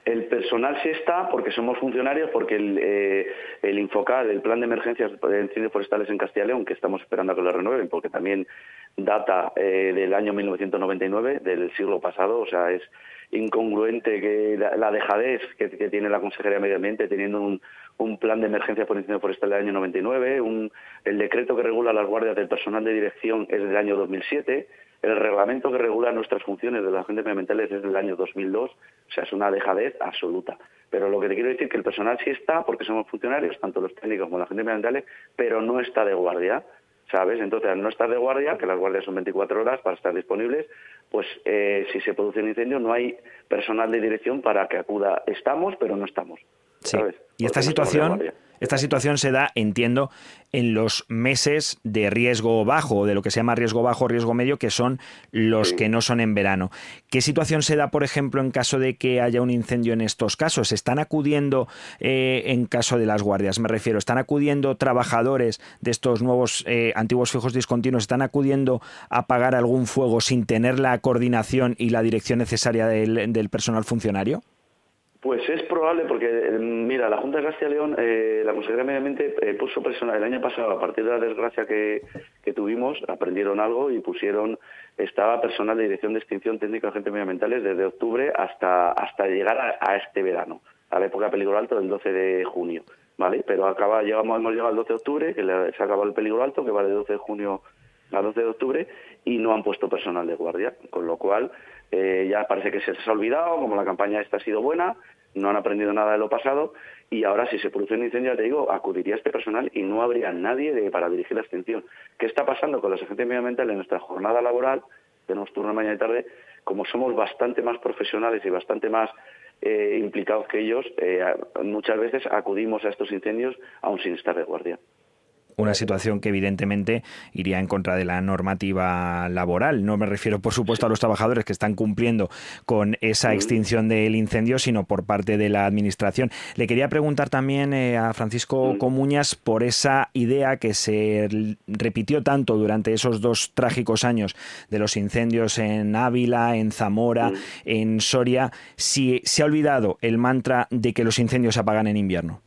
[SPEAKER 13] El personal sí está porque somos funcionarios, porque el, eh, el Infocal, el Plan de Emergencias de Incendios Forestales en Castilla y León, que estamos esperando a que lo renueven, porque también data eh, del año mil novecientos noventa y nueve, del siglo pasado, o sea, es incongruente que la, la dejadez que, que tiene la Consejería de Medio Ambiente teniendo un, un plan de emergencia por incendio forestal del año noventa y nueve, un, el decreto que regula las guardias del personal de dirección es del año dos mil siete, el reglamento que regula nuestras funciones de los agentes medioambientales es del año dos mil dos, o sea, es una dejadez absoluta. Pero lo que te quiero decir es que el personal sí está, porque somos funcionarios, tanto los técnicos como los agentes medioambientales, pero no está de guardia, ¿sabes? Entonces, al no estar de guardia, que las guardias son veinticuatro horas para estar disponibles, pues eh, si se produce un incendio no hay personal de dirección para que acuda. Estamos, pero no estamos, ¿sabes?
[SPEAKER 2] Sí. Y esta situación... Esta situación se da, entiendo, en los meses de riesgo bajo, de lo que se llama riesgo bajo, riesgo medio, que son los sí. que no son en verano. ¿Qué situación se da, por ejemplo, en caso de que haya un incendio en estos casos? ¿Están acudiendo, eh, en caso de las guardias, me refiero, están acudiendo trabajadores de estos nuevos eh, antiguos fijos discontinuos, están acudiendo a apagar algún fuego sin tener la coordinación y la dirección necesaria del, del personal funcionario?
[SPEAKER 13] Pues es probable porque, mira, la Junta de Castilla y León, eh, la Consejería de Medio Ambiente eh, puso personal el año pasado, a partir de la desgracia que, que tuvimos, aprendieron algo y pusieron, estaba personal de dirección de extinción técnica de agentes medioambientales desde octubre hasta hasta llegar a, a este verano, a la época de peligro alto del doce de junio, ¿vale? Pero acaba, llegamos, hemos llegado al doce de octubre, que le, se ha acabado el peligro alto, que va de doce de junio a doce de octubre, y no han puesto personal de guardia, con lo cual... Eh, ya parece que se les ha olvidado, como la campaña esta ha sido buena, no han aprendido nada de lo pasado y ahora si se produce un incendio, ya te digo, acudiría este personal y no habría nadie de, para dirigir la extinción. ¿Qué está pasando con los agentes medioambientales en nuestra jornada laboral? Tenemos turno mañana y tarde, como somos bastante más profesionales y bastante más eh, implicados que ellos, eh, muchas veces acudimos a estos incendios aún sin estar de guardia.
[SPEAKER 2] Una situación que evidentemente iría en contra de la normativa laboral. No me refiero, por supuesto, a los trabajadores que están cumpliendo con esa extinción del incendio, sino por parte de la Administración. Le quería preguntar también eh, a Francisco Comuñas por esa idea que se repitió tanto durante esos dos trágicos años de los incendios en Ávila, en Zamora, en Soria. Si se ha olvidado el mantra de que los incendios se apagan en invierno.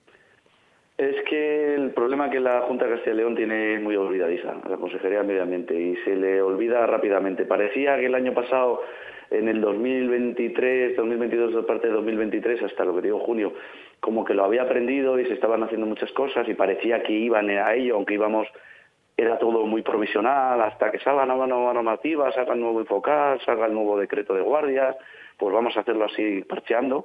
[SPEAKER 13] Es que el problema que la Junta de Castilla y León tiene muy olvidadiza, la Consejería de Medio Ambiente, y se le olvida rápidamente. Parecía que el año pasado, en el dos mil veintitrés, dos mil veintidós, de parte de dos mil veintitrés, hasta lo que digo junio, como que lo había aprendido y se estaban haciendo muchas cosas y parecía que iban a ello, aunque íbamos, era todo muy provisional, hasta que salga nueva normativa, salga el nuevo Infocal, salga el nuevo decreto de guardias, pues vamos a hacerlo así parcheando.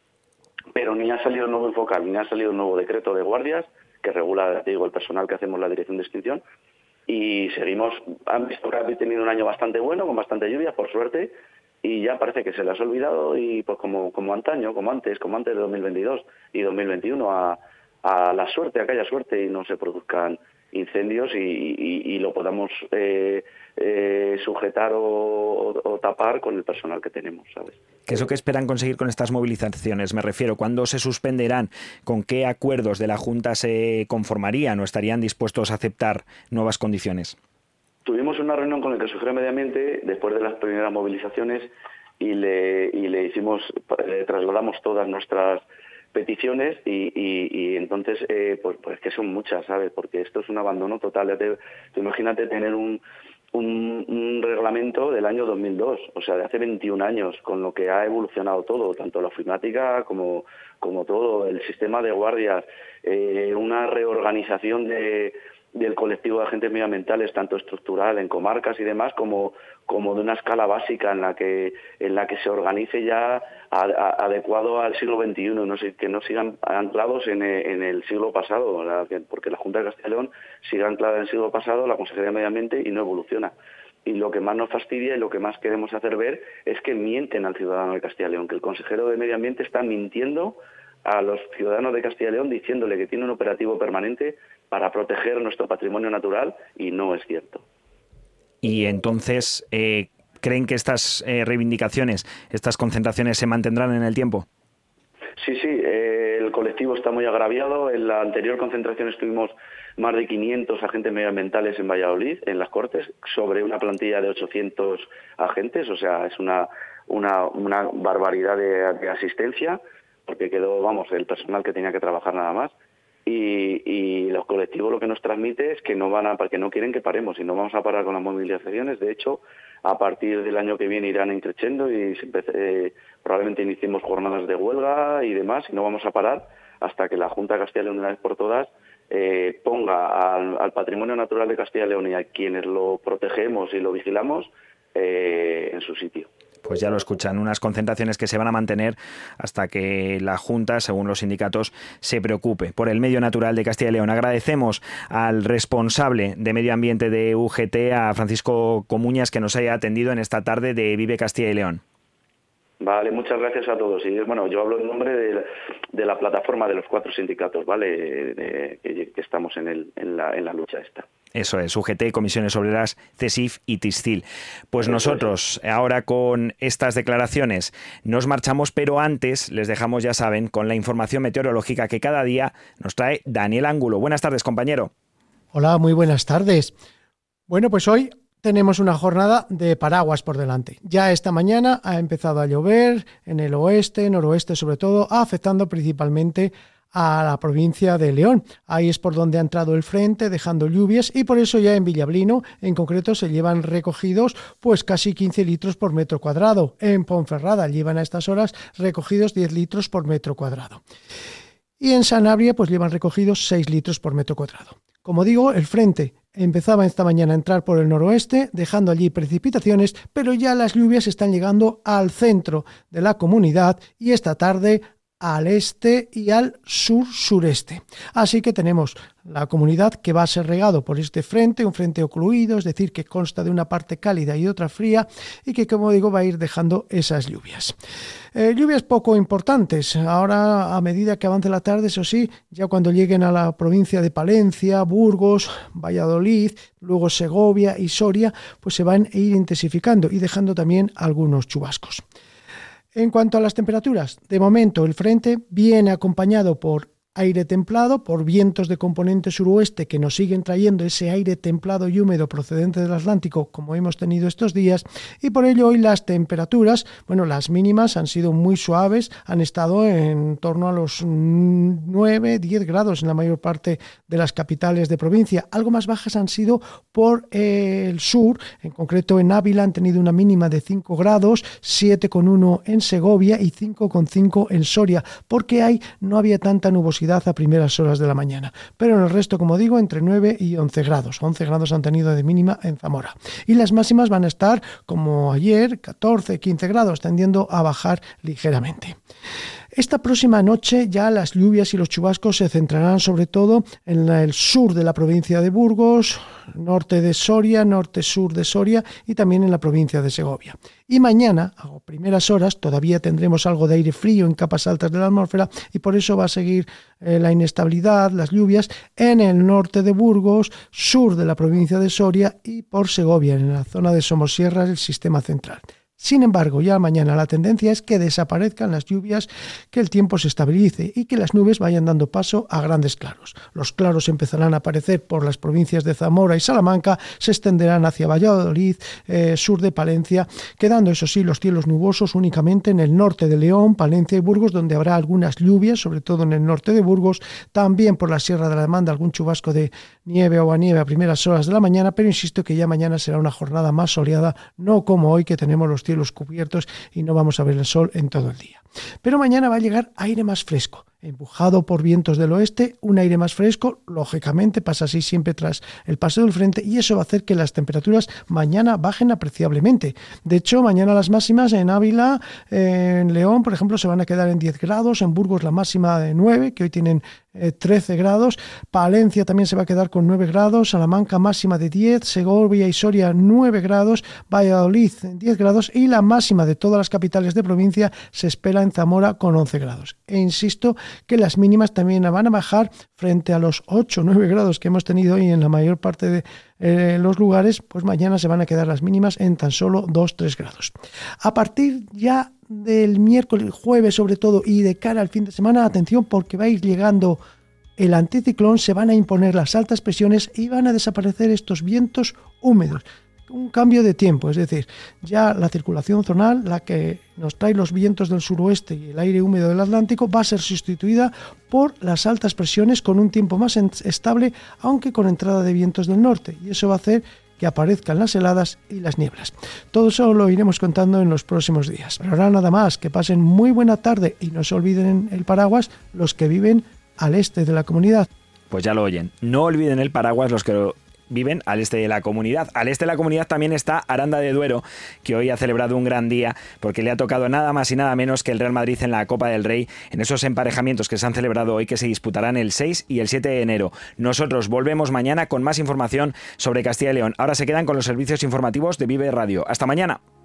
[SPEAKER 13] Pero ni ha salido el nuevo Infocal, ni ha salido el nuevo decreto de guardias, que regula, te digo, el personal que hacemos la dirección de extinción, y seguimos, han visto que ha tenido un año bastante bueno, con bastante lluvia, por suerte, y ya parece que se les ha olvidado, y pues como, como antaño, como antes, como antes de dos mil veintidós y dos mil veintiuno, a, a la suerte, a que haya suerte y no se produzcan incendios y, y, y lo podamos eh, eh, sujetar o, o, o tapar con el personal que tenemos, ¿sabes?
[SPEAKER 2] ¿Qué es lo que esperan conseguir con estas movilizaciones? Me refiero, ¿cuándo se suspenderán? ¿Con qué acuerdos de la Junta se conformarían o estarían dispuestos a aceptar nuevas condiciones?
[SPEAKER 13] Tuvimos una reunión con el consejero de Medio Ambiente después de las primeras movilizaciones y le, y le hicimos, le trasladamos todas nuestras peticiones y, y, y entonces eh, pues, pues que son muchas, ¿sabes? Porque esto es un abandono total. Te, te imagínate tener un, un, un reglamento del año dos mil dos, o sea, de hace veintiún años, con lo que ha evolucionado todo, tanto la ofimática como, como todo, el sistema de guardias, eh, una reorganización de del colectivo de agentes medioambientales, tanto estructural en comarcas y demás, como, como de una escala básica en la que en la que se organice ya a, a, adecuado al siglo veintiuno, no sé, que no sigan anclados en, en el siglo pasado, la, porque la Junta de Castilla y León sigue anclada en el siglo pasado, la Consejería de Medio Ambiente, y no evoluciona. Y lo que más nos fastidia y lo que más queremos hacer ver es que mienten al ciudadano de Castilla y León, que el consejero de Medio Ambiente está mintiendo a los ciudadanos de Castilla y León diciéndole que tiene un operativo permanente para proteger nuestro patrimonio natural, y no es cierto.
[SPEAKER 2] Y entonces, eh, ¿creen que estas eh, reivindicaciones, estas concentraciones se mantendrán en el tiempo?
[SPEAKER 13] Sí, sí, eh, el colectivo colectivo está muy agraviado. En la anterior concentración estuvimos más de quinientos agentes medioambientales en Valladolid, en las Cortes, sobre una plantilla de ochocientos agentes, o sea, es una, una, una barbaridad de, de asistencia, porque quedó, vamos, el personal que tenía que trabajar nada más. Y, y los colectivos lo que nos transmite es que no van a, porque no quieren que paremos y no vamos a parar con las movilizaciones. De hecho, a partir del año que viene irán increciendo y se empece, eh, probablemente iniciemos jornadas de huelga y demás, y no vamos a parar hasta que la Junta de Castilla y León, una vez por todas, eh, ponga al, al patrimonio natural de Castilla y León y a quienes lo protegemos y lo vigilamos eh, en su sitio.
[SPEAKER 2] Pues ya lo escuchan, unas concentraciones que se van a mantener hasta que la Junta, según los sindicatos, se preocupe por el medio natural de Castilla y León. Agradecemos al responsable de Medio Ambiente de U G T, a Francisco Comuñas, que nos haya atendido en esta tarde de Vive Castilla y León.
[SPEAKER 13] Vale, muchas gracias a todos. Y bueno, yo hablo en nombre de la, de la plataforma de los cuatro sindicatos, ¿vale? De, que, que estamos en, el, en, la, en la lucha esta.
[SPEAKER 2] Eso es, U G T, Comisiones Obreras, CESIF y TISCIL. Pues Eso nosotros, es. ahora con estas declaraciones, nos marchamos, pero antes les dejamos, ya saben, con la información meteorológica que cada día nos trae Daniel Ángulo. Buenas tardes, compañero.
[SPEAKER 14] Hola, muy buenas tardes. Bueno, pues hoy tenemos una jornada de paraguas por delante. Ya esta mañana ha empezado a llover en el oeste, noroeste sobre todo, afectando principalmente a la provincia de León. Ahí es por donde ha entrado el frente, dejando lluvias, y por eso ya en Villablino, en concreto, se llevan recogidos pues casi quince litros por metro cuadrado. En Ponferrada llevan a estas horas recogidos diez litros por metro cuadrado. Y en Sanabria pues llevan recogidos seis litros por metro cuadrado. Como digo, el frente empezaba esta mañana a entrar por el noroeste, dejando allí precipitaciones, pero ya las lluvias están llegando al centro de la comunidad y esta tarde al este y al sur-sureste. Así que tenemos la comunidad que va a ser regado por este frente, un frente ocluido, es decir, que consta de una parte cálida y otra fría, y que, como digo, va a ir dejando esas lluvias. Eh, lluvias poco importantes. Ahora, a medida que avance la tarde, eso sí, ya cuando lleguen a la provincia de Palencia, Burgos, Valladolid, luego Segovia y Soria, pues se van a ir intensificando y dejando también algunos chubascos. En cuanto a las temperaturas, de momento el frente viene acompañado por aire templado, por vientos de componente suroeste que nos siguen trayendo ese aire templado y húmedo procedente del Atlántico, como hemos tenido estos días, y por ello hoy las temperaturas, bueno, las mínimas han sido muy suaves, han estado en torno a los nueve, diez grados en la mayor parte de las capitales de provincia. Algo más bajas han sido por eh, el sur, en concreto en Ávila han tenido una mínima de cinco grados, siete coma uno en Segovia y cinco coma cinco en Soria, porque ahí no había tanta nubosidad a primeras horas de la mañana, pero en el resto, como digo, entre nueve y once grados. once grados han tenido de mínima en Zamora. Y las máximas van a estar, como ayer, catorce, quince grados, tendiendo a bajar ligeramente. Esta próxima noche ya las lluvias y los chubascos se centrarán sobre todo en el sur de la provincia de Burgos, norte de Soria, norte-sur de Soria y también en la provincia de Segovia. Y mañana, a primeras horas, todavía tendremos algo de aire frío en capas altas de la atmósfera y por eso va a seguir eh, la inestabilidad, las lluvias en el norte de Burgos, sur de la provincia de Soria y por Segovia, en la zona de Somosierra, el sistema central. Sin embargo, ya mañana la tendencia es que desaparezcan las lluvias, que el tiempo se estabilice y que las nubes vayan dando paso a grandes claros. Los claros empezarán a aparecer por las provincias de Zamora y Salamanca, se extenderán hacia Valladolid, eh, sur de Palencia, quedando eso sí los cielos nubosos únicamente en el norte de León, Palencia y Burgos, donde habrá algunas lluvias, sobre todo en el norte de Burgos, también por la Sierra de la Demanda algún chubasco de nieve o aguanieve a primeras horas de la mañana, pero insisto que ya mañana será una jornada más soleada, no como hoy que tenemos los cielos cubiertos y no vamos a ver el sol en todo el día. Pero mañana va a llegar aire más fresco, empujado por vientos del oeste, un aire más fresco, lógicamente pasa así siempre tras el paso del frente y eso va a hacer que las temperaturas mañana bajen apreciablemente. De hecho, mañana las máximas en Ávila, en León, por ejemplo, se van a quedar en diez grados, en Burgos la máxima de nueve, que hoy tienen eh, trece grados, Palencia también se va a quedar con nueve grados, Salamanca máxima de diez, Segovia y Soria nueve grados, Valladolid diez grados y la máxima de todas las capitales de provincia se espera en Zamora con once grados. E insisto que las mínimas también van a bajar frente a los ocho o nueve grados que hemos tenido hoy en la mayor parte de eh, los lugares, pues mañana se van a quedar las mínimas en tan solo dos a tres grados. A partir ya del miércoles, jueves sobre todo, y de cara al fin de semana, atención porque va a ir llegando el anticiclón, se van a imponer las altas presiones y van a desaparecer estos vientos húmedos. Un cambio de tiempo, es decir, ya la circulación zonal, la que nos trae los vientos del suroeste y el aire húmedo del Atlántico, va a ser sustituida por las altas presiones con un tiempo más estable, aunque con entrada de vientos del norte, y eso va a hacer que aparezcan las heladas y las nieblas. Todo eso lo iremos contando en los próximos días. Pero ahora nada más, que pasen muy buena tarde y no se olviden el paraguas los que viven al este de la comunidad.
[SPEAKER 2] Pues ya lo oyen, no olviden el paraguas los que lo viven al este de la comunidad. Al este de la comunidad también está Aranda de Duero, que hoy ha celebrado un gran día porque le ha tocado nada más y nada menos que el Real Madrid en la Copa del Rey, en esos emparejamientos que se han celebrado hoy, que se disputarán el seis y el siete de enero. Nosotros volvemos mañana con más información sobre Castilla y León. Ahora se quedan con los servicios informativos de Vive Radio. Hasta mañana.